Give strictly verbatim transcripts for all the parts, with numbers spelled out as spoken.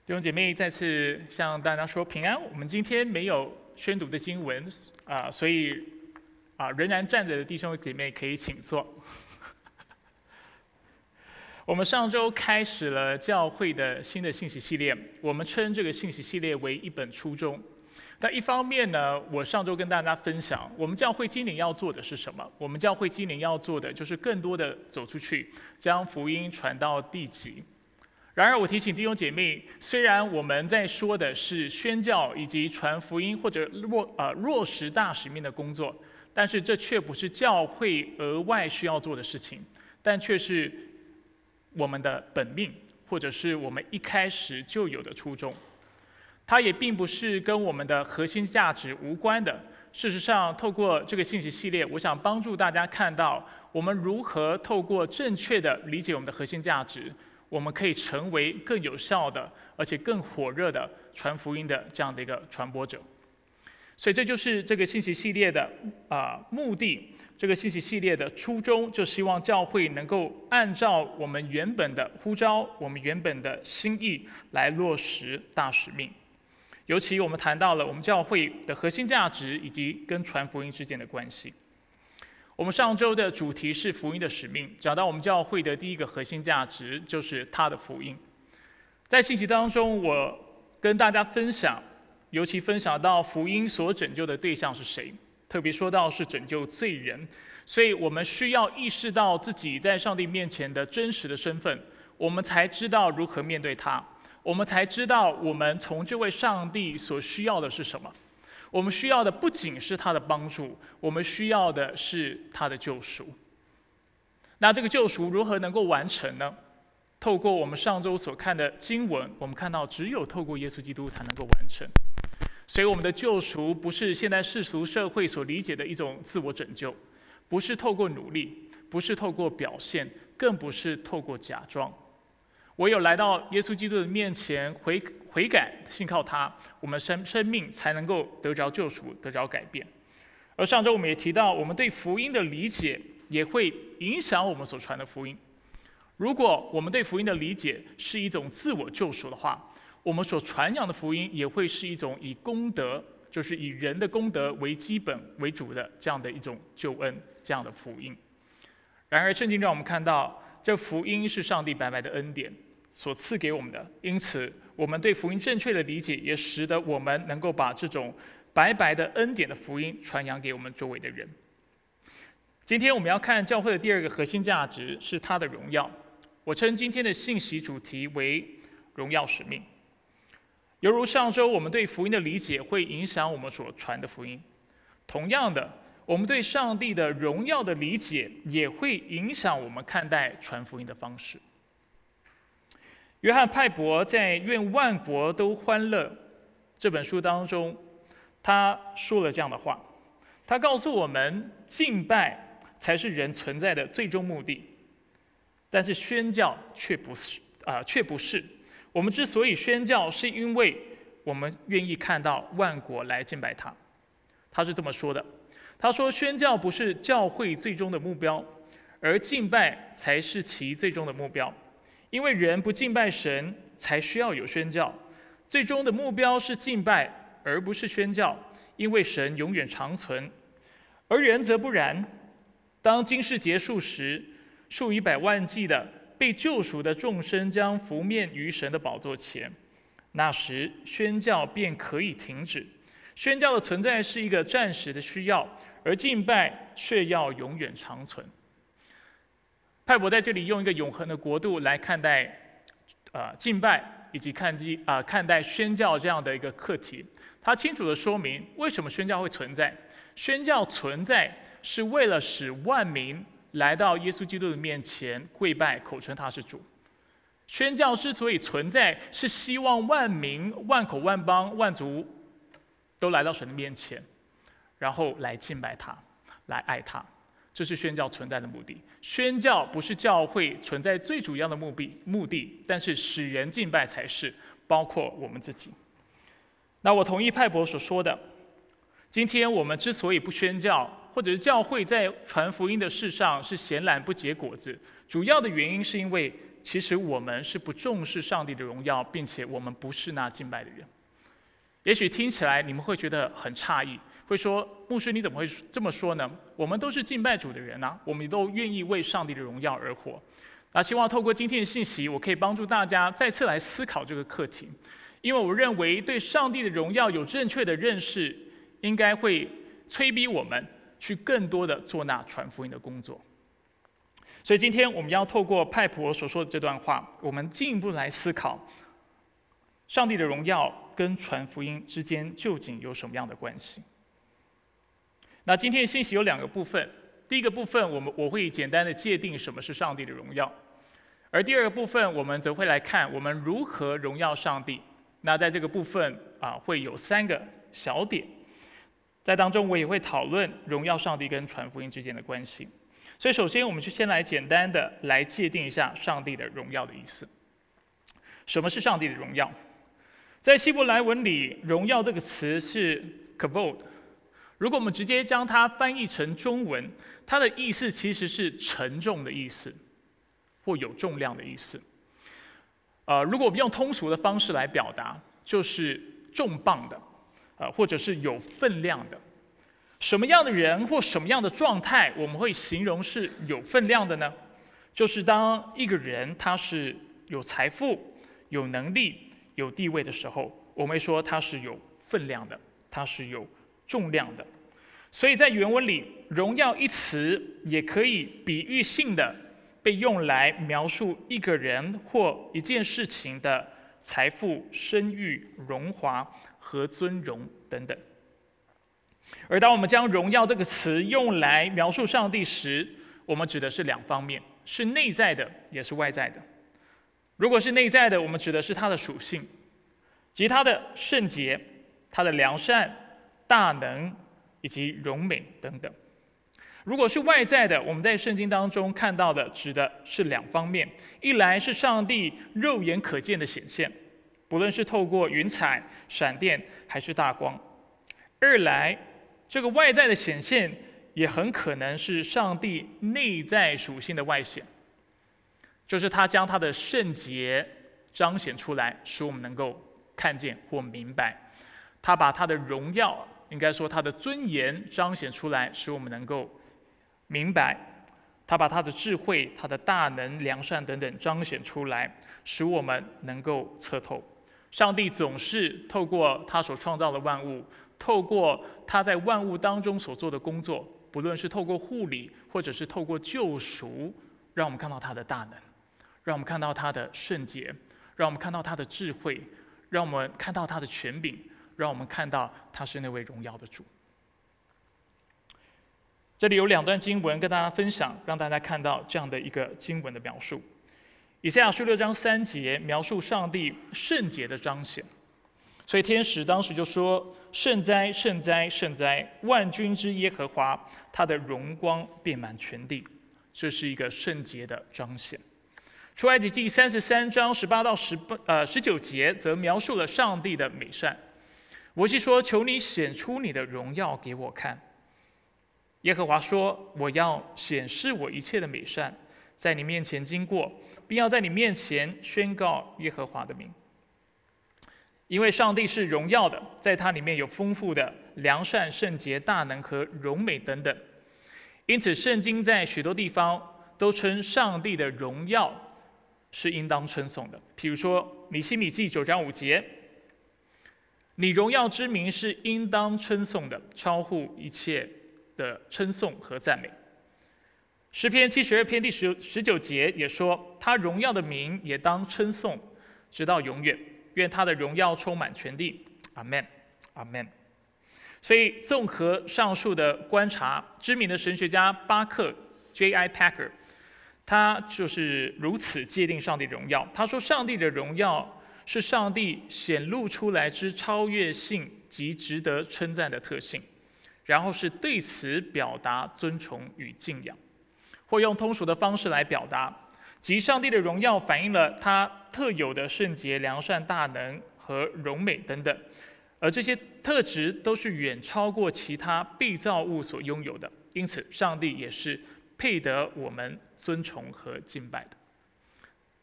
弟兄姐妹，再次向大家说平安。我们今天没有宣读的经文啊、呃，所以啊、呃，仍然站着的弟兄姐妹可以请坐。我们上周开始了教会的新的信息系列，我们称这个信息系列为一本初衷。但一方面呢，我上周跟大家分享，我们教会今年要做的是什么？我们教会今年要做的就是更多的走出去，将福音传到地极。然而，我提醒弟兄姐妹，虽然我们在说的是宣教以及传福音或者落呃落实大使命的工作，但是这却不是教会额外需要做的事情，但却是我们的本命，或者是我们一开始就有的初衷。它也并不是跟我们的核心价值无关的。事实上，透过这个信息系列，我想帮助大家看到我们如何透过正确的理解我们的核心价值，我们可以成为更有效的，而且更火热的传福音的这样的一个传播者。所以这就是这个信息系列的啊、呃、目的。这个信息系列的初衷，就希望教会能够按照我们原本的呼召，我们原本的心意来落实大使命。尤其我们谈到了我们教会的核心价值以及跟传福音之间的关系。我们上周的主题是福音的使命，讲到我们教会的第一个核心价值就是他的福音。在信息当中，我跟大家分享，尤其分享到福音所拯救的对象是谁，特别说到是拯救罪人，所以我们需要意识到自己在上帝面前的真实的身份，我们才知道如何面对他，我们才知道我们从这位上帝所需要的是什么。我们需要的不仅是他的帮助，我们需要的是他的救赎。那这个救赎如何能够完成呢？透过我们上周所看的经文，我们看到只有透过耶稣基督才能够完成。所以我们的救赎不是现在世俗社会所理解的一种自我拯救，不是透过努力，不是透过表现，更不是透过假装。唯有来到耶稣基督的面前悔悔改，信靠他，我们生生命才能够得着救赎，得着改变。而上周我们也提到，我们对福音的理解也会影响我们所传的福音。如果我们对福音的理解是一种自我救赎的话，我们所传扬的福音也会是一种以功德，就是以人的功德为基本为主的这样的一种救恩，这样的福音。然而圣经让我们看到，这福音是上帝白白的恩典所赐给我们的，因此我们对福音正确的理解，也使得我们能够把这种白白的恩典的福音传扬给我们周围的人。今天我们要看教会的第二个核心价值是他的荣耀。我称今天的信息主题为荣耀使命。犹如上周我们对福音的理解会影响我们所传的福音，同样的，我们对上帝的荣耀的理解也会影响我们看待传福音的方式。约翰派伯在《愿万国都欢乐》这本书当中，他说了这样的话，他告诉我们，敬拜才是人存在的最终目的，但是宣教却不是啊、呃，却不是。我们之所以宣教，是因为我们愿意看到万国来敬拜他。他是这么说的，他说宣教不是教会最终的目标，而敬拜才是其最终的目标。因为人不敬拜神，才需要有宣教。最终的目标是敬拜，而不是宣教，因为神永远长存。而人则不然。当今世结束时，数以百万计的被救赎的众生将伏面于神的宝座前，那时宣教便可以停止。宣教的存在是一个暂时的需要，而敬拜却要永远长存。派伯在这里用一个永恒的国度来看待呃敬拜以及看基啊、呃、看待宣教这样的一个课题。他清楚地说明为什么宣教会存在。宣教存在是为了使万民来到耶稣基督的面前跪拜，口称他是主。宣教之所以存在，是希望万民、万口、万邦、万族都来到神的面前，然后来敬拜他，来爱他。这是宣教存在的目的。宣教不是教会存在最主要的目的，目的，但是使人敬拜才是，包括我们自己。那我同意派伯所说的，今天我们之所以不宣教，或者是教会在传福音的事上是闲懒不结果子，主要的原因是因为其实我们是不重视上帝的荣耀，并且我们不是那敬拜的人。也许听起来你们会觉得很诧异，会说：“牧师，你怎么会这么说呢？我们都是敬拜主的人啊，我们都愿意为上帝的荣耀而活。”那希望透过今天的信息，我可以帮助大家再次来思考这个课题，因为我认为对上帝的荣耀有正确的认识，应该会催逼我们去更多的做那传福音的工作。所以今天我们要透过派普所说的这段话，我们进一步来思考上帝的荣耀跟传福音之间究竟有什么样的关系。那今天的信息有两个部分，第一个部分我们我会简单的界定什么是上帝的荣耀，而第二个部分我们则会来看我们如何荣耀上帝。那在这个部分啊，会有三个小点，在当中我也会讨论荣耀上帝跟传福音之间的关系。所以首先我们就先来简单的来界定一下上帝的荣耀的意思。什么是上帝的荣耀？在希伯来文里，荣耀这个词是 kavod， 如果我们直接将它翻译成中文，它的意思其实是沉重的意思，或有重量的意思。呃，如果我们用通俗的方式来表达，就是重磅的，呃，或者是有分量的。什么样的人或什么样的状态，我们会形容是有分量的呢？就是当一个人他是有财富、有能力、有地位的时候，我们会说他是有分量的，他是有重量的。所以在原文里，荣耀一词也可以比喻性的被用来描述一个人或一件事情的财富、声誉、荣华和尊荣等等。而当我们将荣耀这个词用来描述上帝时，我们指的是两方面，是内在的，也是外在的。如果是内在的，我们指的是他的属性，即他的圣洁、他的良善、大能以及荣美等等。如果是外在的，我们在圣经当中看到的指的是两方面，一来是上帝肉眼可见的显现，不论是透过云彩、闪电还是大光；二来这个外在的显现也很可能是上帝内在属性的外显，就是他将他的圣洁彰显出来，使我们能够看见或明白；他把他的荣耀，应该说他的尊严彰显出来，使我们能够明白；他把他的智慧、他的大能、良善等等彰显出来，使我们能够测透。上帝总是透过他所创造的万物，透过他在万物当中所做的工作，不论是透过护理，或者是透过救赎，让我们看到他的大能，让我们看到他的圣洁，让我们看到他的智慧，让我们看到他的权柄，让我们看到他是那位荣耀的主。这里有两段经文跟大家分享，让大家看到这样的一个经文的描述。以赛亚书六章三节描述上帝圣洁的彰显，所以天使当时就说：“圣哉，圣哉，圣哉！万军之耶和华，他的荣光遍满全地。”这是一个圣洁的彰显。出埃及记三十三章十八到十八呃十九节则描述了上帝的美善。摩西说：“求你显出你的荣耀给我看。”耶和华说：“我要显示我一切的美善，在你面前经过，并要在你面前宣告耶和华的名。”因为上帝是荣耀的，在它里面有丰富的良善、圣洁、大能和荣美等等。因此，圣经在许多地方都称上帝的荣耀是应当称颂的。譬如说，尼希米记九章五节：“你荣耀之名是应当称颂的，超乎一切的称颂和赞美。”诗篇七十二篇第十十九节也说：“他荣耀的名也当称颂，直到永远。愿他的荣耀充满全地。”阿们，阿们。所以，综合上述的观察，知名的神学家巴克 J I Packer， 他就是如此界定上帝的荣耀。他说，上帝的荣耀是上帝显露出来之超越性及值得称赞的特性，然后是对此表达尊崇与敬仰。或用通俗的方式来表达，即上帝的荣耀反映了他特有的圣洁、良善、大能和荣美等等，而这些特质都是远超过其他被造物所拥有的，因此上帝也是配得我们尊崇和敬拜的。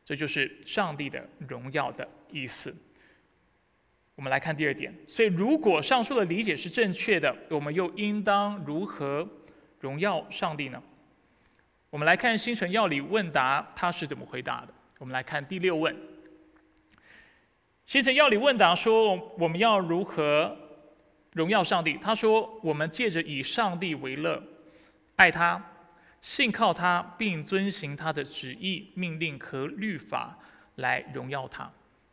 这就是上帝的荣耀的意思。我们来看第二点，所以如果上述的理解是正确的，我们又应当如何荣耀上帝呢？我们来看新城要理问答他是怎么回答的。我们来看第六问。新城要理问答说，我们要如何荣耀上帝？他说，我们借着以上帝为乐，爱他，信靠他，并遵行他的旨意、命令和律法来荣耀他。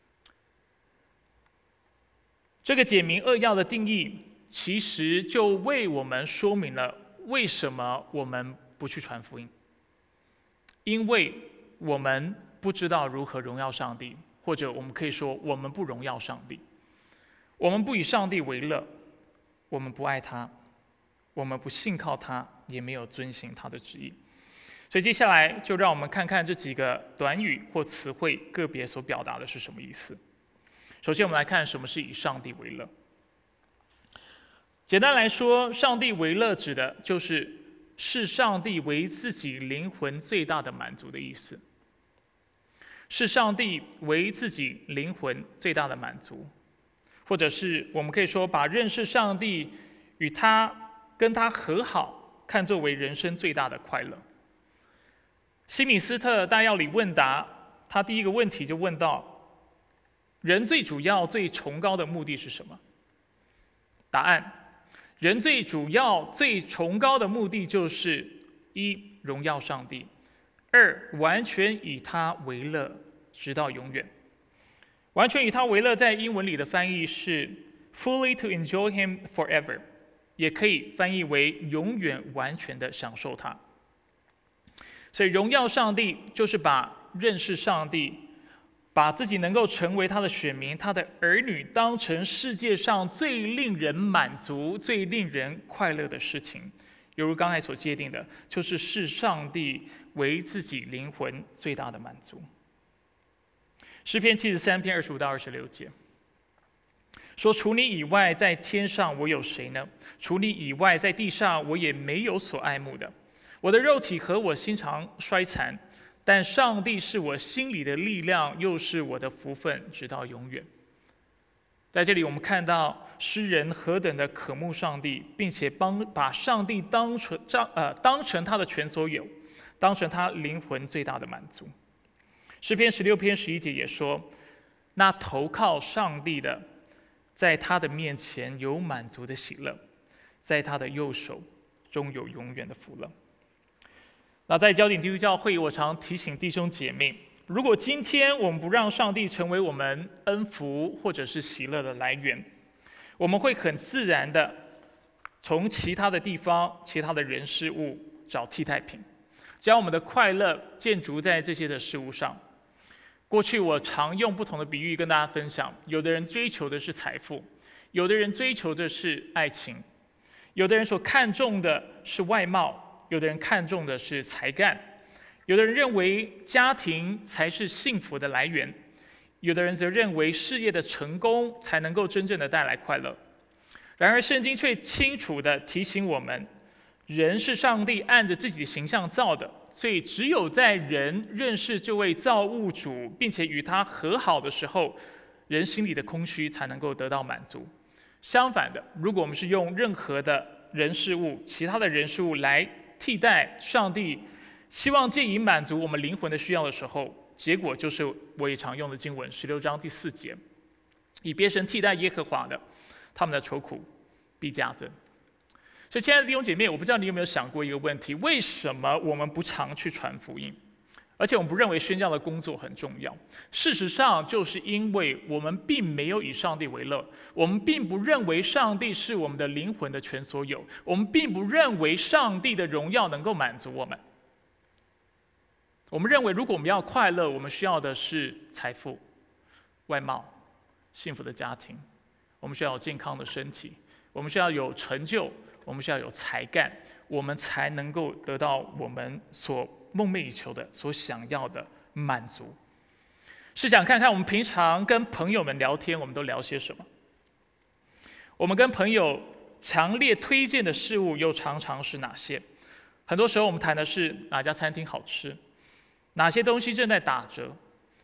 这个简明扼要的定义，其实就为我们说明了为什么我们不去传福音。因为我们不知道如何荣耀上帝，或者我们可以说，我们不荣耀上帝。我们不以上帝为乐，我们不爱他，我们不信靠他，也没有遵行他的旨意。所以接下来就让我们看看这几个短语或词汇个别所表达的是什么意思。首先，我们来看什么是以上帝为乐。简单来说，上帝为乐指的就是视上帝为自己灵魂最大的满足的意思。视上帝为自己灵魂最大的满足，或者是我们可以说，把认识上帝与他跟他和好看作为人生最大的快乐。西敏斯特大要理问答，他第一个问题就问到：人最主要、最崇高的目的是什么？答案：人最主要、最崇高的目的就是一、荣耀上帝；二、完全以他为乐，直到永远。完全以他为乐，在英文里的翻译是 fully to enjoy him forever， 也可以翻译为永远完全的享受他。所以荣耀上帝就是把认识上帝，把自己能够成为他的选民、他的儿女，当成世界上最令人满足、最令人快乐的事情。犹如刚才所界定的，就是视上帝为自己灵魂最大的满足。诗篇七十三篇二十五到二十六节说：“除你以外，在天上我有谁呢？除你以外，在地上我也没有所爱慕的。我的肉体和我心肠衰残，但上帝是我心里的力量，又是我的福分，直到永远。”在这里，我们看到诗人何等的渴慕上帝，并且帮把上帝当成呃当成他的全所有，当成他灵魂最大的满足。诗篇十六篇十一节也说：“那投靠上帝的，在他的面前有满足的喜乐，在他的右手中有永远的福乐。”那在焦点基督教会，我常提醒弟兄姐妹，如果今天我们不让上帝成为我们恩福或者是喜乐的来源，我们会很自然的从其他的地方、其他的人事物找替代品，将我们的快乐建筑在这些的事物上。过去我常用不同的比喻跟大家分享，有的人追求的是财富，有的人追求的是爱情，有的人所看重的是外貌，有的人看重的是才干，有的人认为家庭才是幸福的来源，有的人则认为事业的成功才能够真正的带来快乐。然而圣经却清楚地提醒我们，人是上帝按着自己的形象造的，所以只有在人认识这位造物主，并且与他和好的时候，人心里的空虚才能够得到满足。相反的，如果我们是用任何的人事物、其他的人事物来替代上帝希望借以满足我们灵魂的需要的时候，结果就是我也常用的经文十六章第四节：以别神替代耶和华的，他们的愁苦必加增。所以亲爱的弟兄姐妹，我不知道你有没有想过一个问题：为什么我们不常去传福音，而且我们不认为宣教的工作很重要？事实上，就是因为我们并没有以上帝为乐，我们并不认为上帝是我们的灵魂的全所有，我们并不认为上帝的荣耀能够满足我们。我们认为，如果我们要快乐，我们需要的是财富、外貌、幸福的家庭，我们需要有健康的身体，我们需要有成就，我们需要有才干，我们才能够得到我们所梦寐以求的、所想要的满足。试想看看，我们平常跟朋友们聊天，我们都聊些什么？我们跟朋友强烈推荐的事物又常常是哪些？很多时候，我们谈的是哪家餐厅好吃，哪些东西正在打折，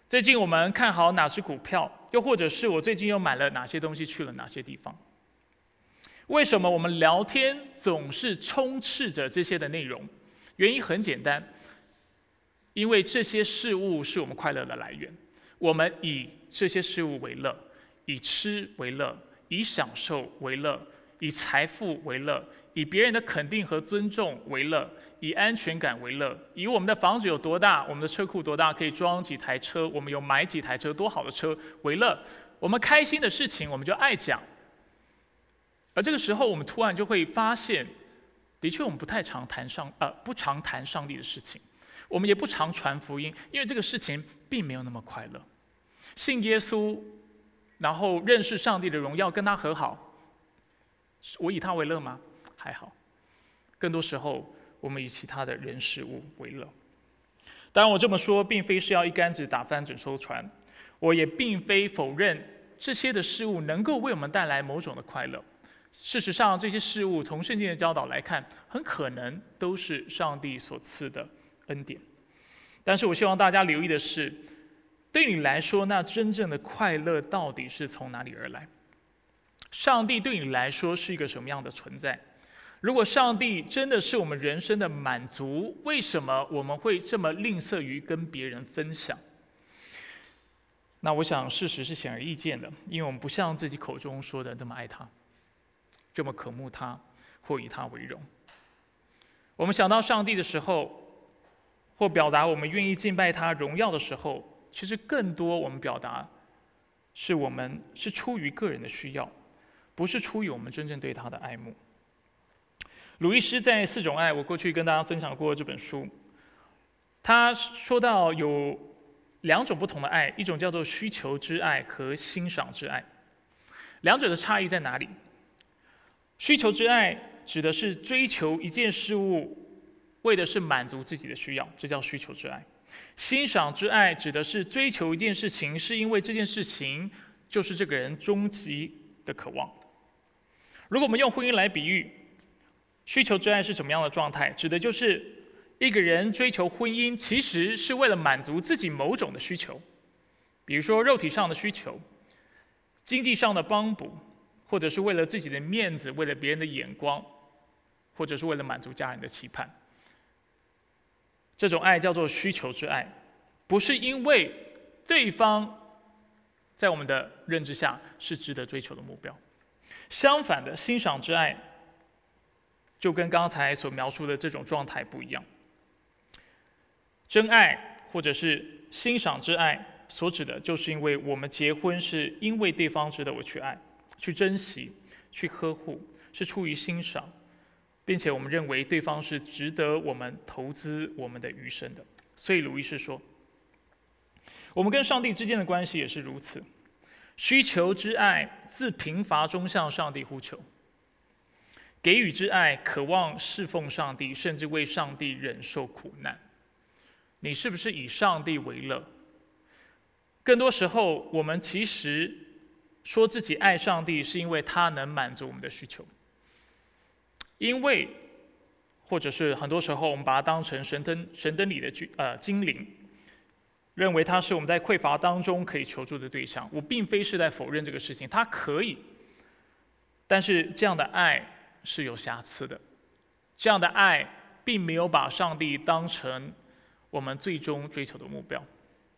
最近我们看好哪只股票，又或者是我最近又买了哪些东西，去了哪些地方。为什么我们聊天总是充斥着这些的内容？原因很简单，因为这些事物是我们快乐的来源。我们以这些事物为乐，以吃为乐，以享受为乐，以财富为乐，以别人的肯定和尊重为乐，以安全感为乐，以我们的房子有多大，我们的车库多大，可以装几台车，我们有买几台车，多好的车为乐。我们开心的事情，我们就爱讲。而这个时候，我们突然就会发现，的确我们不太常谈上，呃，不常谈上帝的事情，我们也不常传福音，因为这个事情并没有那么快乐。信耶稣，然后认识上帝的荣耀，跟他和好，我以他为乐吗？还好。更多时候，我们以其他的人事物为乐。当然，我这么说，并非是要一竿子打翻整艘船，我也并非否认这些的事物能够为我们带来某种的快乐。事实上，这些事物从圣经的教导来看，很可能都是上帝所赐的恩典。但是我希望大家留意的是，对你来说，那真正的快乐到底是从哪里而来？上帝对你来说是一个什么样的存在？如果上帝真的是我们人生的满足，为什么我们会这么吝啬于跟别人分享？那我想事实是显而易见的，因为我们不像自己口中说的那么爱他，这么渴慕他，或以他为荣。我们想到上帝的时候，或表达我们愿意敬拜他、荣耀的时候，其实更多我们表达是我们是出于个人的需要，不是出于我们真正对他的爱慕。鲁医师在《四种爱》，我过去跟大家分享过这本书，他说到有两种不同的爱，一种叫做需求之爱和欣赏之爱。两者的差异在哪里？需求之爱指的是追求一件事物，为的是满足自己的需要，这叫需求之爱。欣赏之爱指的是追求一件事情，是因为这件事情就是这个人终极的渴望。如果我们用婚姻来比喻，需求之爱是什么样的状态？指的就是一个人追求婚姻，其实是为了满足自己某种的需求，比如说肉体上的需求、经济上的帮补，或者是为了自己的面子，为了别人的眼光，或者是为了满足家人的期盼。这种爱叫做需求之爱，不是因为对方在我们的认知下是值得追求的目标。相反的，欣赏之爱就跟刚才所描述的这种状态不一样。真爱或者是欣赏之爱所指的就是因为我们结婚是因为对方值得我去爱、去珍惜、去呵护，是出于欣赏，并且我们认为对方是值得我们投资我们的余生的。所以鲁医师说，我们跟上帝之间的关系也是如此。需求之爱自贫乏中向上帝呼求，给予之爱渴望侍奉上帝，甚至为上帝忍受苦难。你是不是以上帝为乐？更多时候，我们其实说自己爱上帝，是因为他能满足我们的需求。因为，或者是很多时候，我们把它当成神灯神灯里的呃精灵，认为他是我们在匮乏当中可以求助的对象。我并非是在否认这个事情，他可以，但是这样的爱是有瑕疵的。这样的爱并没有把上帝当成我们最终追求的目标。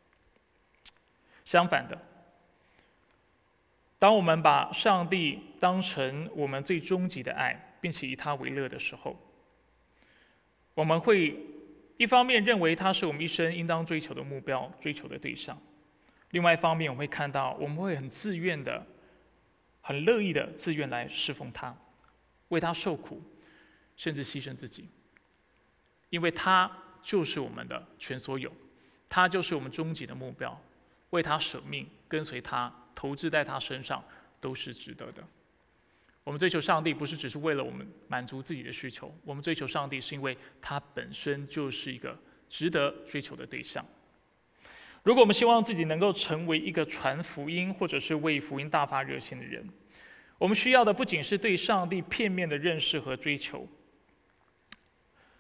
相反的，当我们把上帝当成我们最终极的爱，并且以他为乐的时候，我们会一方面认为他是我们一生应当追求的目标、追求的对象，另外一方面我们会看到，我们会很自愿的、很乐意的自愿来侍奉他，为他受苦，甚至牺牲自己，因为他就是我们的全所有，他就是我们终极的目标，为他舍命，跟随他，投资在他身上，都是值得的。我们追求上帝，不是只是为了我们满足自己的需求，我们追求上帝是因为他本身就是一个值得追求的对象。如果我们希望自己能够成为一个传福音或者是为福音大发热心的人，我们需要的不仅是对上帝片面的认识和追求，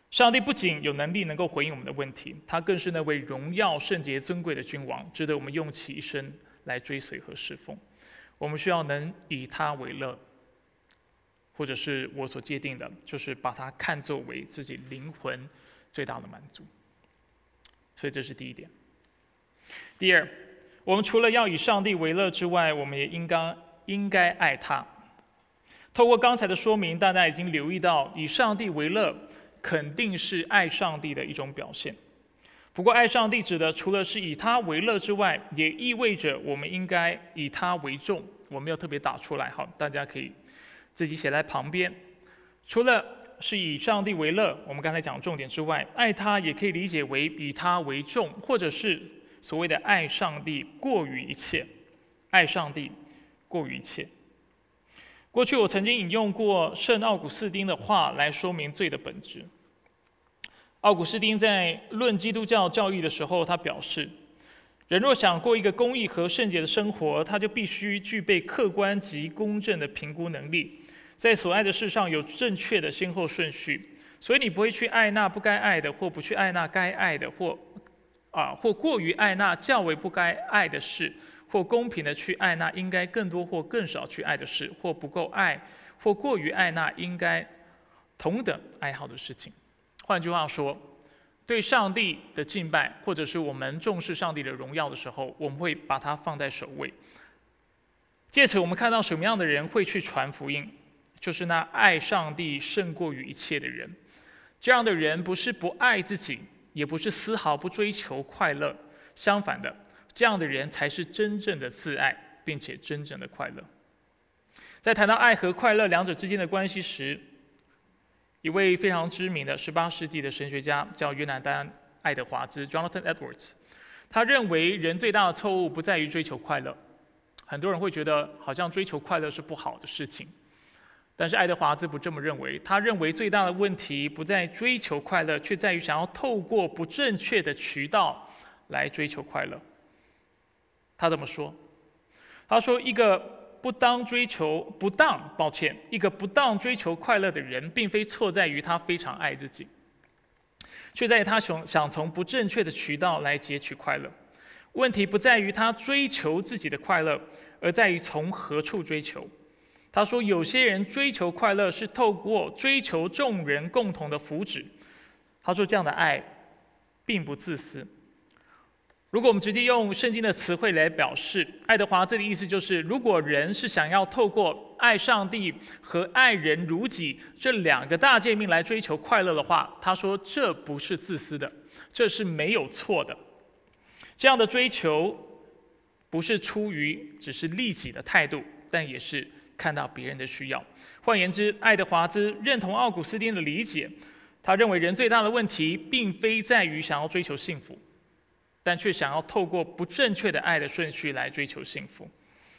上帝不仅有能力能够回应我们的问题，他更是那位荣耀、圣洁、尊贵的君王，值得我们用其一生来追随和侍奉。我们需要能以他为乐，或者是我所界定的，就是把他看作为自己灵魂最大的满足。所以这是第一点。第二，我们除了要以上帝为乐之外，我们也应该应该爱他。透过刚才的说明，大家已经留意到，以上帝为乐肯定是爱上帝的一种表现。不过，爱上帝指的除了是以他为乐之外，也意味着我们应该以他为重。我没有特别打出来，好，大家可以自己写在旁边。除了是以上帝为乐，我们刚才讲重点之外，爱他也可以理解为以他为重，或者是所谓的爱上帝过于一切。爱上帝过于一切。过去我曾经引用过圣奥古斯丁的话来说明罪的本质。奥古斯丁在论基督教教义的时候，他表示，人若想过一个公义和圣洁的生活，他就必须具备客观及公正的评估能力，在所爱的事上有正确的先后顺序。所以你不会去爱那不该爱的，或不去爱那该爱的，或啊，或过于爱那较为不该爱的事，或公平的去爱那应该更多或更少去爱的事，或不够爱，或过于爱那应该同等爱好的事情。换句话说，对上帝的敬拜，或者是我们重视上帝的荣耀的时候，我们会把它放在首位。借此我们看到什么样的人会去传福音，就是那爱上帝胜过于一切的人。这样的人不是不爱自己，也不是丝毫不追求快乐，相反的，这样的人才是真正的自爱，并且真正的快乐。在谈到爱和快乐两者之间的关系时，一位非常知名的十八世纪的神学家叫约拿丹·爱德华兹 （Jonathan Edwards）， 他认为人最大的错误不在于追求快乐。很多人会觉得好像追求快乐是不好的事情，但是爱德华兹不这么认为。他认为最大的问题不在追求快乐，却在于想要透过不正确的渠道来追求快乐。他怎么说？他说，一个不当追求不当，抱歉，一个不当追求快乐的人，并非错在于他非常爱自己，却在于他想从不正确的渠道来截取快乐。问题不在于他追求自己的快乐，而在于从何处追求。他说，有些人追求快乐是透过追求众人共同的福祉。他说，这样的爱并不自私。如果我们直接用圣经的词汇来表示，爱德华这里的意思就是，如果人是想要透过爱上帝和爱人如己这两个大诫命来追求快乐的话，他说这不是自私的，这是没有错的。这样的追求不是出于只是利己的态度，但也是看到别人的需要。换言之，爱德华兹认同奥古斯丁的理解，他认为人最大的问题并非在于想要追求幸福，但却想要透过不正确的爱的顺序来追求幸福。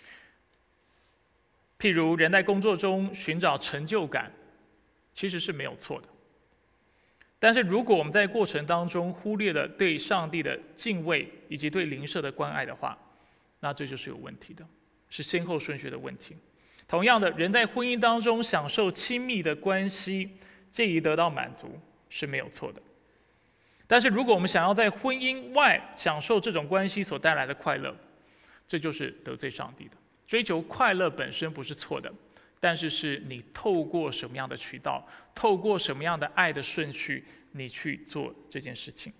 譬如人在工作中寻找成就感，其实是没有错的。但是如果我们在过程当中忽略了对上帝的敬畏以及对邻舍的关爱的话，那这就是有问题的，是先后顺序的问题。同样的，人在婚姻当中享受亲密的关系，借以得到满足是没有错的。但是如果我们想要在婚姻外享受这种关系所带来的快乐，这就是得罪上帝的。追求快乐本身不是错的，但是是你透过什么样的渠道，透过什么样的爱的顺序，你去做这件事情。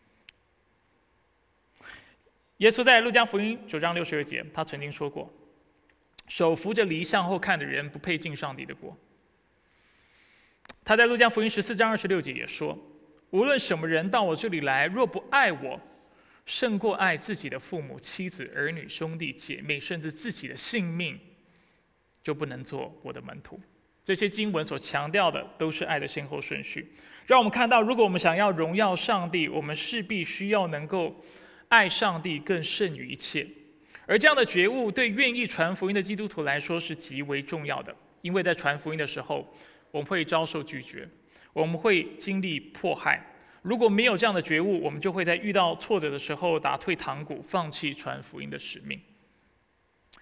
耶稣在路加福音九章六十二节，他曾经说过，手扶着犁向后看的人不配进上帝的国。他在路加福音十四章二十六节也说，无论什么人到我这里来，若不爱我，胜过爱自己的父母、妻子、儿女、兄弟姐妹，甚至自己的性命，就不能做我的门徒。这些经文所强调的都是爱的先后顺序，让我们看到，如果我们想要荣耀上帝，我们势必需要能够爱上帝更胜于一切。而这样的觉悟对愿意传福音的基督徒来说是极为重要的，因为在传福音的时候，我们会遭受拒绝，我们会经历迫害。如果没有这样的觉悟，我们就会在遇到挫折的时候打退堂鼓，放弃传福音的使命。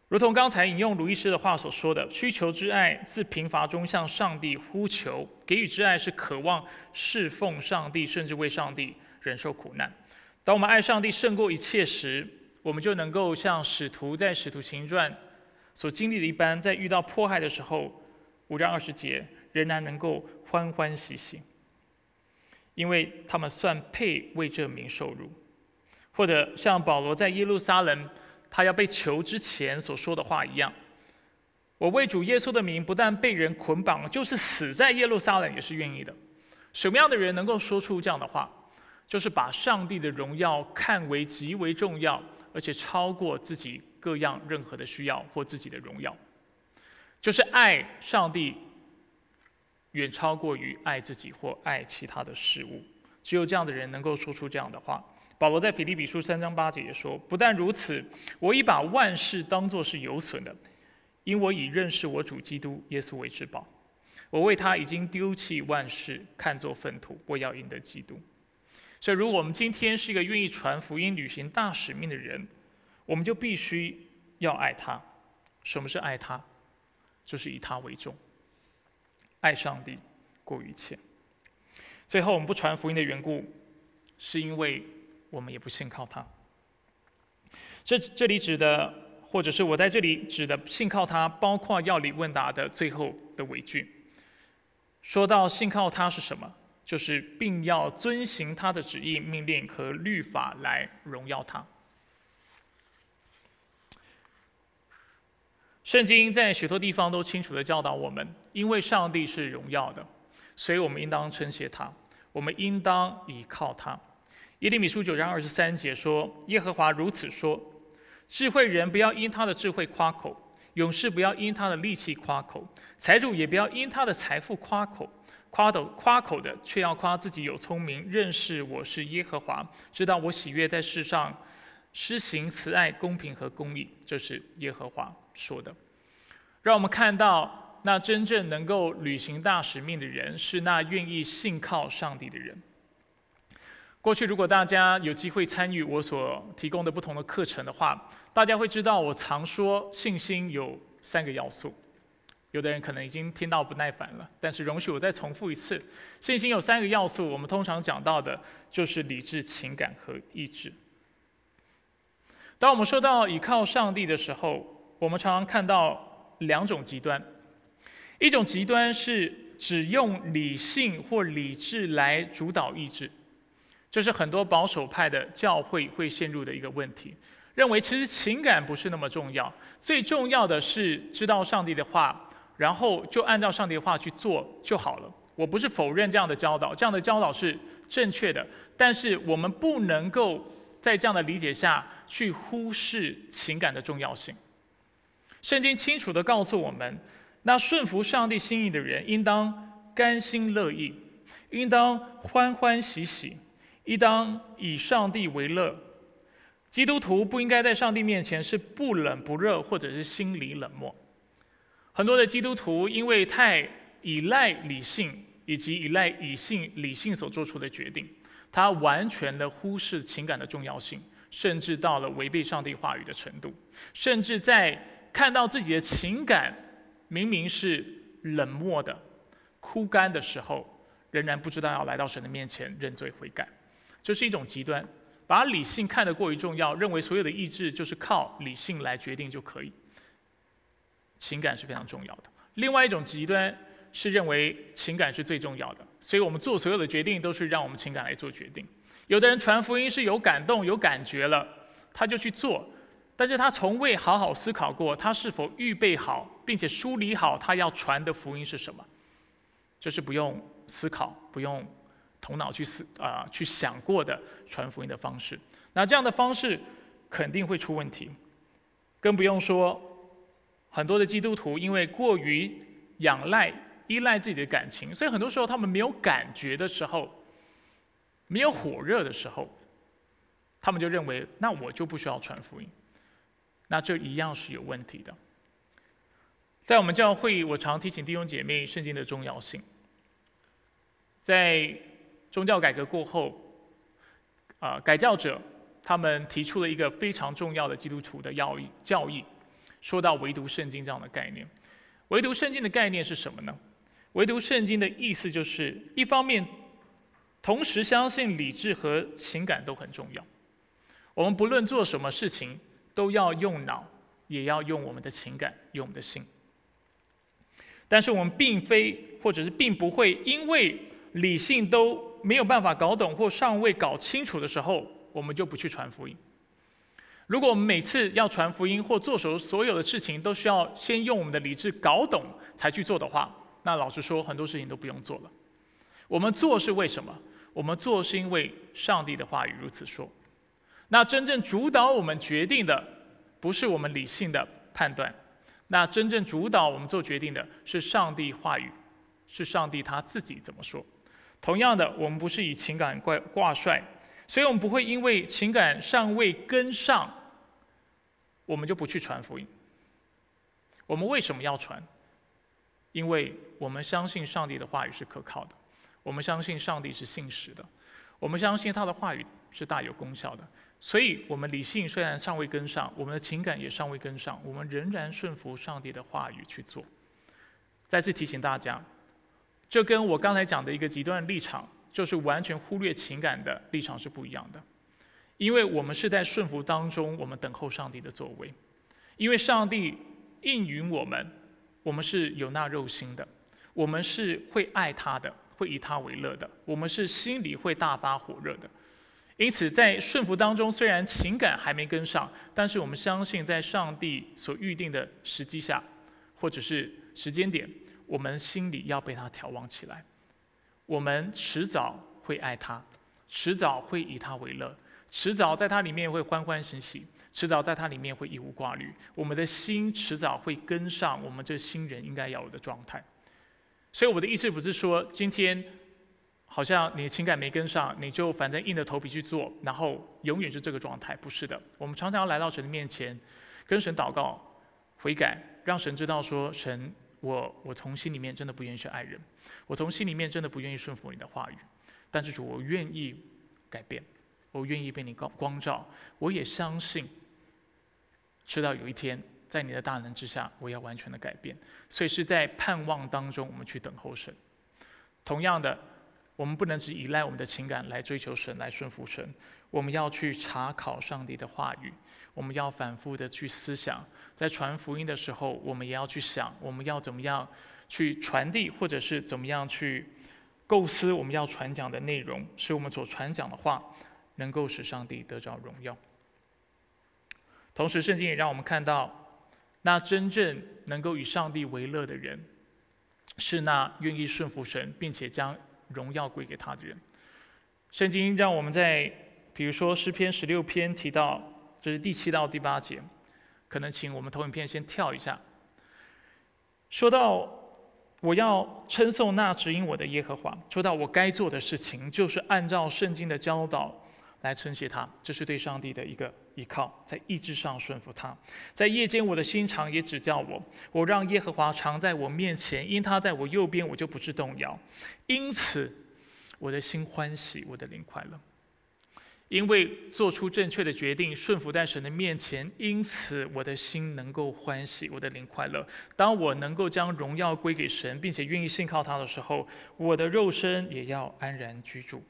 如同刚才引用鲁医师的话所说的，需求之爱自贫乏中向上帝呼求，给予之爱是渴望侍奉上帝，甚至为上帝忍受苦难。当我们爱上帝胜过一切时，我们就能够像使徒在使徒行传所经历的一般，在遇到迫害的时候，五章二十节仍然能够欢欢喜喜，因为他们算配为这名受辱。或者像保罗在耶路撒冷他要被囚之前所说的话一样，我为主耶稣的名不但被人捆绑，就是死在耶路撒冷也是愿意的。什么样的人能够说出这样的话？就是把上帝的荣耀看为极为重要，而且超过自己各样任何的需要或自己的荣耀，就是爱上帝远超过于爱自己或爱其他的事物。只有这样的人能够说出这样的话。保罗在腓立比书三章八节也说，不但如此，我已把万事当作是有损的，因我以认识我主基督耶稣为至宝。我为他已经丢弃万事，看作粪土，我要赢得基督。所以如果我们今天是一个愿意传福音、履行大使命的人，我们就必须要爱他。什么是爱他？就是以他为重，爱上帝过于一切。最后我们不传福音的缘故，是因为我们也不信靠他。这这里指的，或者是我在这里指的信靠他，包括要理问答的最后的尾句。说到信靠他是什么？就是并要遵行他的旨意、命令和律法来荣耀他。圣经在许多地方都清楚地教导我们，因为上帝是荣耀的，所以我们应当称谢他，我们应当倚靠他。耶利米书九章二十三节说：“耶和华如此说，智慧人不要因他的智慧夸口，勇士不要因他的力气夸口，财主也不要因他的财富夸口。夸口夸口的，却要夸自己有聪明，认识我是耶和华，知道我喜悦在世上施行慈爱、公平和公义。”这是耶和华说的。让我们看到，那真正能够履行大使命的人，是那愿意信靠上帝的人。过去如果大家有机会参与我所提供的不同的课程的话，大家会知道我常说信心有三个要素。有的人可能已经听到不耐烦了，但是容许我再重复一次：信心有三个要素，我们通常讲到的就是理智、情感和意志。当我们说到倚靠上帝的时候，我们常常看到两种极端。一种极端是只用理性或理智来主导意志，这是很多保守派的教会会陷入的一个问题，认为其实情感不是那么重要，最重要的是知道上帝的话，然后就按照上帝的话去做就好了。我不是否认这样的教导，这样的教导是正确的，但是我们不能够在这样的理解下去忽视情感的重要性。圣经清楚地告诉我们，那顺服上帝心意的人，应当甘心乐意，应当欢欢喜喜，应当以上帝为乐。基督徒不应该在上帝面前是不冷不热，或者是心里冷漠。很多的基督徒因为太依赖理性，以及依赖理性理性所做出的决定，他完全的忽视情感的重要性，甚至到了违背上帝话语的程度，甚至在看到自己的情感明明是冷漠的、枯干的时候，仍然不知道要来到神的面前认罪悔改。这是一种极端，把理性看得过于重要，认为所有的意志就是靠理性来决定就可以。情感是非常重要的。另外一种极端是认为情感是最重要的，所以我们做所有的决定都是让我们情感来做决定。有的人传福音是有感动、有感觉了，他就去做，但是他从未好好思考过，他是否预备好，并且梳理好他要传的福音是什么。这是不用思考、不用头脑去思啊、呃、去想过的传福音的方式。那这样的方式肯定会出问题，更不用说很多的基督徒因为过于仰赖、依赖自己的感情，所以很多时候他们没有感觉的时候，没有火热的时候，他们就认为那我就不需要传福音。那这一样是有问题的。在我们教会，我常提醒弟兄姐妹圣经的重要性。在宗教改革过后，啊、呃，改教者他们提出了一个非常重要的基督徒的要义教义， 说到唯独圣经这样的概念。唯独圣经的概念是什么呢？唯独圣经的意思就是，一方面同时相信理智和情感都很重要。我们不论做什么事情，都要用脑，也要用我们的情感，用我们的心。但是我们并非，或者是并不会，因为理性都没有办法搞懂或尚未搞清楚的时候，我们就不去传福音。如果我们每次要传福音或做所所有的事情，都需要先用我们的理智搞懂才去做的话，那老实说，很多事情都不用做了。我们做是为什么？我们做是因为上帝的话语如此说。那真正主导我们决定的，不是我们理性的判断，那真正主导我们做决定的是上帝话语，是上帝他自己怎么说。同样的，我们不是以情感挂挂帅，所以我们不会因为情感尚未跟上，我们就不去传福音。我们为什么要传？因为我们相信上帝的话语是可靠的，我们相信上帝是信实的，我们相信他的话语是大有功效的。所以，我们理性虽然尚未跟上，我们的情感也尚未跟上，我们仍然顺服上帝的话语去做。再次提醒大家，这跟我刚才讲的一个极端的立场，就是完全忽略情感的立场是不一样的。因为我们是在顺服当中，我们等候上帝的作为。因为上帝应允我们，我们是有那肉心的，我们是会爱他的，会以他为乐的，我们是心里会大发火热的。因此，在顺服当中，虽然情感还没跟上，但是我们相信，在上帝所预定的时机下，或者是时间点，我们心里要被他调望起来。我们迟早会爱他，迟早会以他为乐，迟早在他里面会欢欢喜喜，迟早在他里面会一无挂虑。我们的心迟早会跟上我们这新人应该要有的状态。所以我的意思不是说，今天好像你的情感没跟上，你就反正硬着头皮去做，然后永远是这个状态。不是的，我们常常要来到神的面前，跟神祷告、悔改，让神知道说：神，我我从心里面真的不愿意去爱人，我从心里面真的不愿意顺服你的话语。但是主，我愿意改变，我愿意被你光照，我也相信，直到有一天，在你的大能之下，我要完全的改变。所以是在盼望当中，我们去等候神。同样的，我们不能只依赖我们的情感来追求神，来顺服神。我们要去查考上帝的话语，我们要反复的去思想。在传福音的时候，我们也要去想，我们要怎么样去传递，或者是怎么样去构思我们要传讲的内容，使我们所传讲的话能够使上帝得着荣耀。同时，圣经也让我们看到，那真正能够以上帝为乐的人，是那愿意顺服神，并且将荣耀归给他的人。圣经让我们在比如说诗篇十六篇提到，这是第七到第八节，可能请我们投影片先跳一下。说到我要称颂那指引我的耶和华，说到我该做的事情，就是按照圣经的教导来称谢他，这是对上帝的一个依靠，在意志上顺服他。在夜间我的心肠也指教我，我让耶和华常在我面前，因他在我右边，我就不致动摇。因此我的心欢喜，我的灵快乐。因为做出正确的决定，顺服在神的面前，因此我的心能够欢喜，我的灵快乐。当我能够将荣耀归给神，并且愿意信靠他的时候，我的肉身也要安然居住。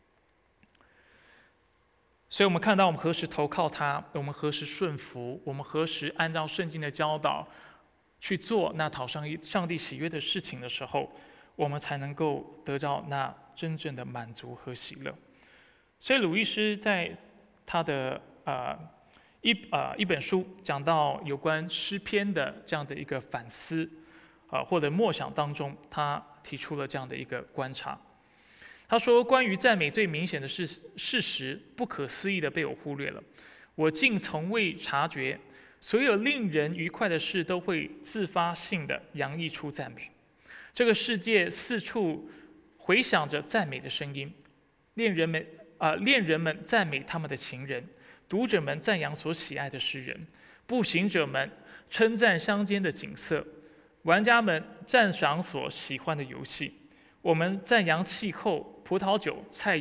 所以我们看到，我们何时投靠他，我们何时顺服，我们何时按照圣经的教导去做那讨上上帝喜悦的事情的时候，我们才能够得到那真正的满足和喜乐。所以鲁医师在他的呃一呃一本书讲到有关诗篇的这样的一个反思啊、呃、或者默想当中，他提出了这样的一个观察。他说，关于赞美最明显的事事实，不可思议的被我忽略了。我竟从未察觉，所有令人愉快的事都会自发性的洋溢出赞美。这个世界四处回响着赞美的声音，恋人们啊、呃，恋人们赞美他们的情人，读者们赞扬所喜爱的诗人，步行者们称赞乡间的景色，玩家们赞赏所喜欢的游戏。我们赞扬气候、葡萄酒、菜肴、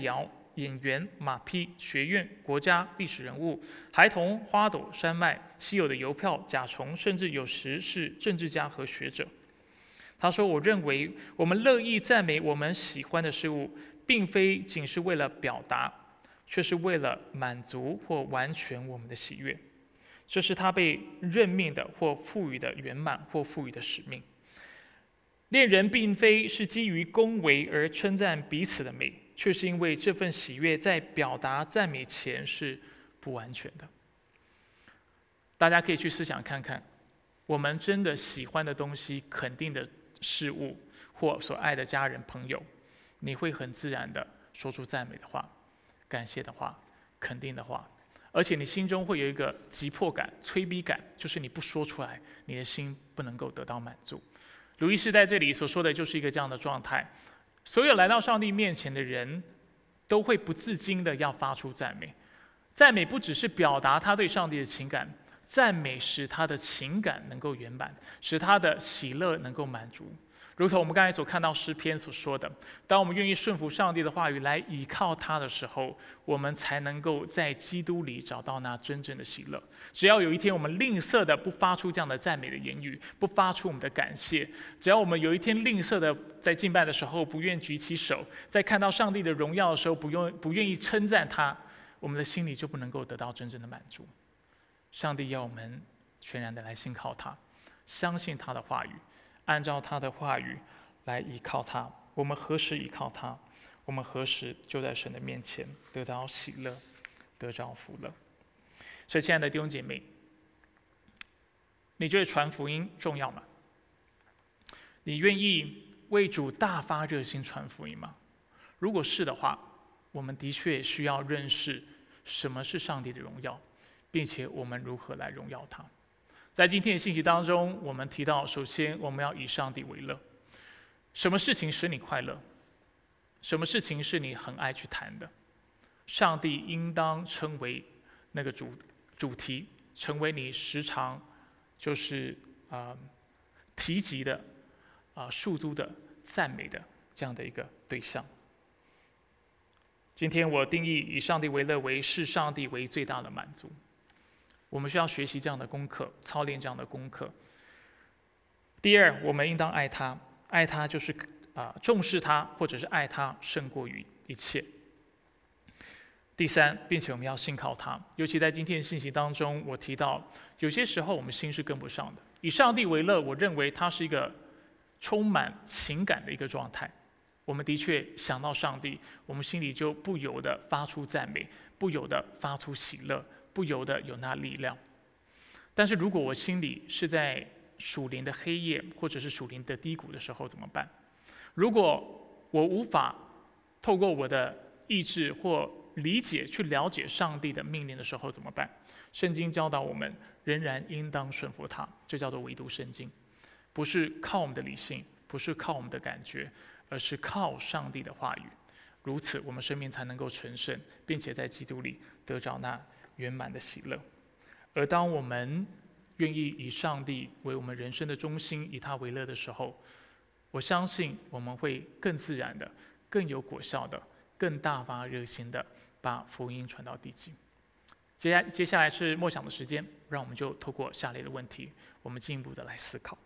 演员、马匹、学院、国家、历史人物、孩童、花朵、山脉、稀有的邮票、甲虫，甚至有时是政治家和学者。他说：“我认为我们乐意赞美我们喜欢的事物，并非仅是为了表达，却是为了满足或完全我们的喜悦。这是他被任命的或赋予的圆满或赋予的使命。恋人并非是基于恭维而称赞彼此的美，却是因为这份喜悦在表达赞美前是不完全的。”大家可以去思想看看，我们真的喜欢的东西、肯定的事物或所爱的家人朋友，你会很自然的说出赞美的话、感谢的话、肯定的话，而且你心中会有一个急迫感、催逼感，就是你不说出来，你的心不能够得到满足。鲁医师在这里所说的就是一个这样的状态，所有来到上帝面前的人都会不自禁的要发出赞美。赞美不只是表达他对上帝的情感，赞美使他的情感能够圆满，使他的喜乐能够满足。如同我们刚才所看到诗篇所说的，当我们愿意顺服上帝的话语来倚靠他的时候，我们才能够在基督里找到那真正的喜乐。只要有一天我们吝啬的不发出这样的赞美的言语，不发出我们的感谢，只要我们有一天吝啬的在敬拜的时候不愿举起手，在看到上帝的荣耀的时候不用不愿意称赞他，我们的心里就不能够得到真正的满足。上帝要我们全然的来信靠他，相信他的话语，按照他的话语来依靠他。我们何时依靠他，我们何时就在神的面前得到喜乐，得着福乐。所以亲爱的弟兄姐妹，你觉得传福音重要吗？你愿意为主大发热心传福音吗？如果是的话，我们的确需要认识什么是上帝的荣耀，并且我们如何来荣耀他。在今天的信息当中，我们提到，首先我们要以上帝为乐。什么事情使你快乐？什么事情是你很爱去谈的？上帝应当成为那个主主题，成为你时常就是啊、呃、提及的啊述诸的赞美的这样的一个对象。今天我定义以上帝为乐为视上帝为最大的满足。我们需要学习这样的功课，操练这样的功课。第二，我们应当爱他，爱他就是啊、呃、重视他，或者是爱他胜过于一切。第三，并且我们要信靠他。尤其在今天的信息当中，我提到有些时候我们心是跟不上的。以上帝为乐，我认为它是一个充满情感的一个状态。我们的确想到上帝，我们心里就不由得发出赞美，不由得发出喜乐，不由得有那力量。但是如果我心里是在属灵的黑夜，或者是属灵的低谷的时候怎么办？如果我无法透过我的意志或理解去了解上帝的命令的时候怎么办？圣经教导我们仍然应当顺服他，这叫做唯独圣经。不是靠我们的理性，不是靠我们的感觉，而是靠上帝的话语。如此我们生命才能够成圣，并且在基督里得着那圆满的喜乐。而当我们愿意以上帝为我们人生的中心，以他为乐的时候，我相信我们会更自然的、更有果效的、更大发热心的把福音传到地极。接下接下来是默想的时间，让我们就透过下列的问题，我们进一步的来思考。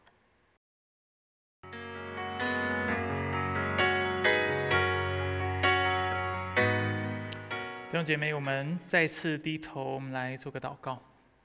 弟兄姐妹，我们再次低头，我们来做个祷告。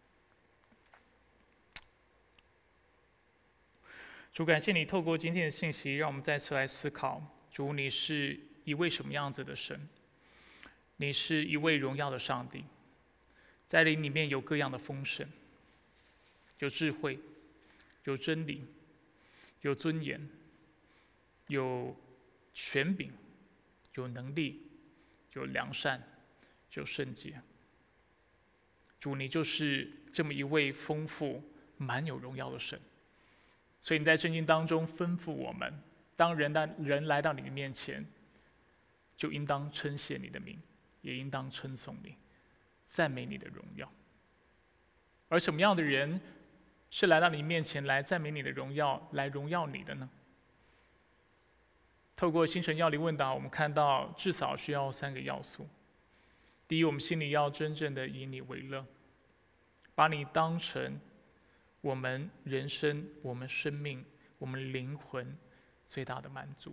主，感谢你透过今天的信息，让我们再次来思考：主，你是一位什么样子的神？你是一位荣耀的上帝，在你里面有各样的丰盛，有智慧，有真理，有尊严，有权柄，有能力，有良善，有圣洁。主，你就是这么一位丰富、满有荣耀的神。所以你在圣经当中吩咐我们，当人的人来到你的面前，就应当称谢你的名，也应当称颂你，赞美你的荣耀。而什么样的人是来到你面前来赞美你的荣耀，来荣耀你的呢？ 透过新城要理问答，我们看到至少需要三个要素。第一，我们心里要真正的以你为乐，把你当成我们人生、我们生命、我们灵魂最大的满足。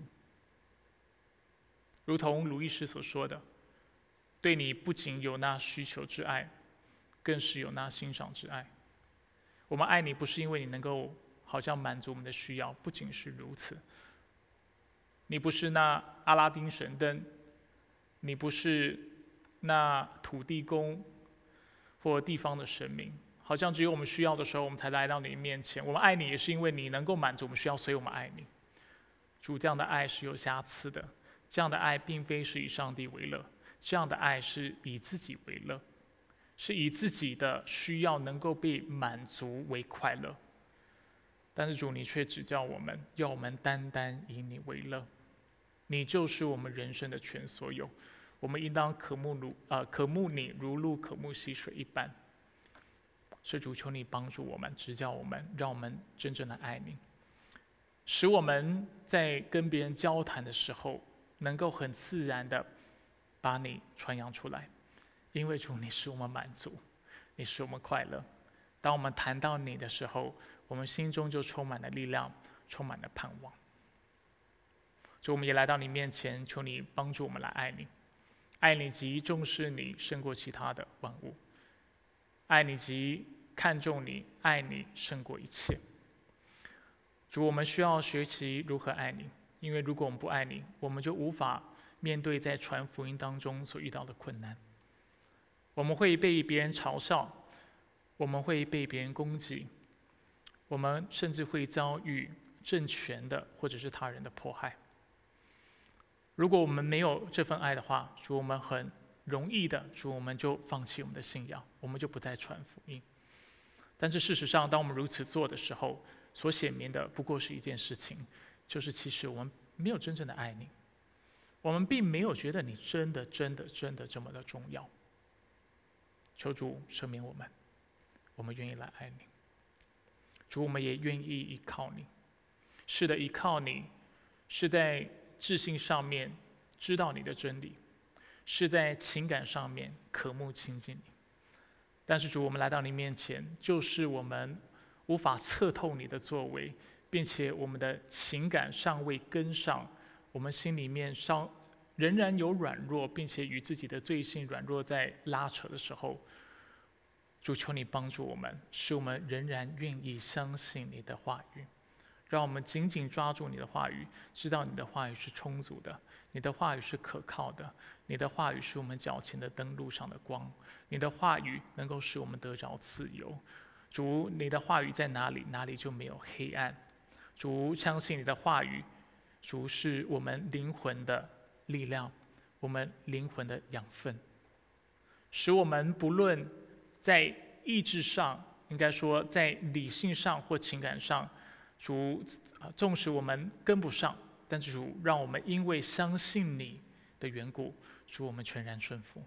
如同鲁医师所说的，对你不仅有那需求之爱，更是有那欣赏之爱。我们爱你不是因为你能够好像满足我们的需要，不仅是如此，你不是那阿拉丁神灯，你不是那土地公或地方的神明，好像只有我们需要的时候，我们才来到你面前。我们爱你，也是因为你能够满足我们需要，所以我们爱你。主，这样的爱是有瑕疵的，这样的爱并非是以上帝为乐，这样的爱是以自己为乐，是以自己的需要能够被满足为快乐。但是主，你却只叫我们，要我们单单以你为乐，你就是我们人生的全所有。我们应当渴慕如呃渴慕你如鹿渴慕溪水一般。所以主，求你帮助我们，指教我们，让我们真正的爱你，使我们在跟别人交谈的时候，能够很自然的把你传扬出来。因为主，你使我们满足，你使我们快乐。当我们谈到你的时候，我们心中就充满了力量，充满了盼望。主，我们也来到你面前，求你帮助我们来爱你。爱你及重视你胜过其他的万物，爱你及看重你，爱你胜过一切。主，我们需要学习如何爱你，因为如果我们不爱你，我们就无法面对在传福音当中所遇到的困难。我们会被别人嘲笑，我们会被别人攻击，我们甚至会遭遇政权的或者是他人的迫害。如果我们没有这份爱的话，主，我们很容易的，主，我们就放弃我们的信仰，我们就不再传福音。但是事实上，当我们如此做的时候，所显明的不过是一件事情，就是其实我们没有真正的爱你，我们并没有觉得你真的、真的、真的这么的重要。求主赦免我们，我们愿意来爱你。主，我们也愿意依靠你。是的，依靠你，是在志信上面知道你的真理，是在情感上面渴慕亲近你。但是主，我们来到你面前，就是我们无法测透你的作为，并且我们的情感尚未跟上，我们心里面尚仍然有软弱，并且与自己的罪性软弱在拉扯的时候，主，求你帮助我们，使我们仍然愿意相信你的话语，让我们紧紧抓住你的话语，知道你的话语是充足的，你的话语是可靠的，你的话语是我们脚前的灯，路上的光，你的话语能够使我们得着自由。主，你的话语在哪里，哪里就没有黑暗。主，相信你的话语，主是我们灵魂的力量，我们灵魂的养分，使我们不论在意志上，应该说在理性上或情感上，主，纵使我们跟不上，但是主让我们因为相信你的缘故，主，我们全然顺服。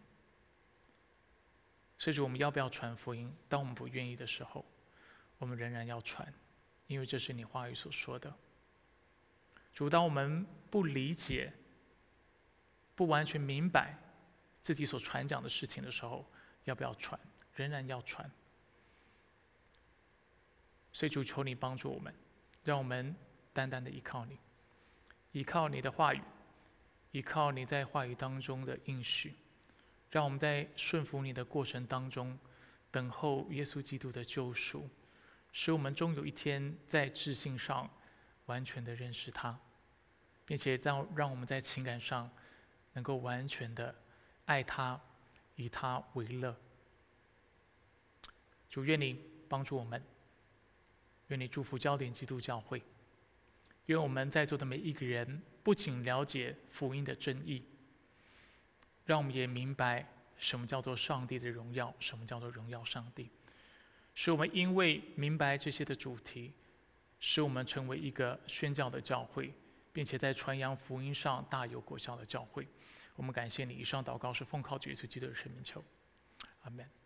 所以主，我们要不要传福音？当我们不愿意的时候，我们仍然要传，因为这是你话语所说的。主，当我们不理解、不完全明白自己所传讲的事情的时候，要不要传？仍然要传。所以主，求你帮助我们，让我们单单的依靠你，依靠你的话语，依靠你在话语当中的应许，让我们在顺服你的过程当中，等候耶稣基督的救赎，使我们终有一天在志信上完全的认识他，并且让让我们在情感上能够完全的爱他，以他为乐。主，愿你帮助我们，愿你祝福焦点基督教会，愿我们在座的每一个人不仅了解福音的真意，让我们也明白什么叫做上帝的荣耀，什么叫做荣耀上帝，使我们因为明白这些的主题，使我们成为一个宣教的教会，并且在传扬福音上大有果效的教会。我们感谢你。以上祷告是奉靠主耶稣基督的圣名求，阿们。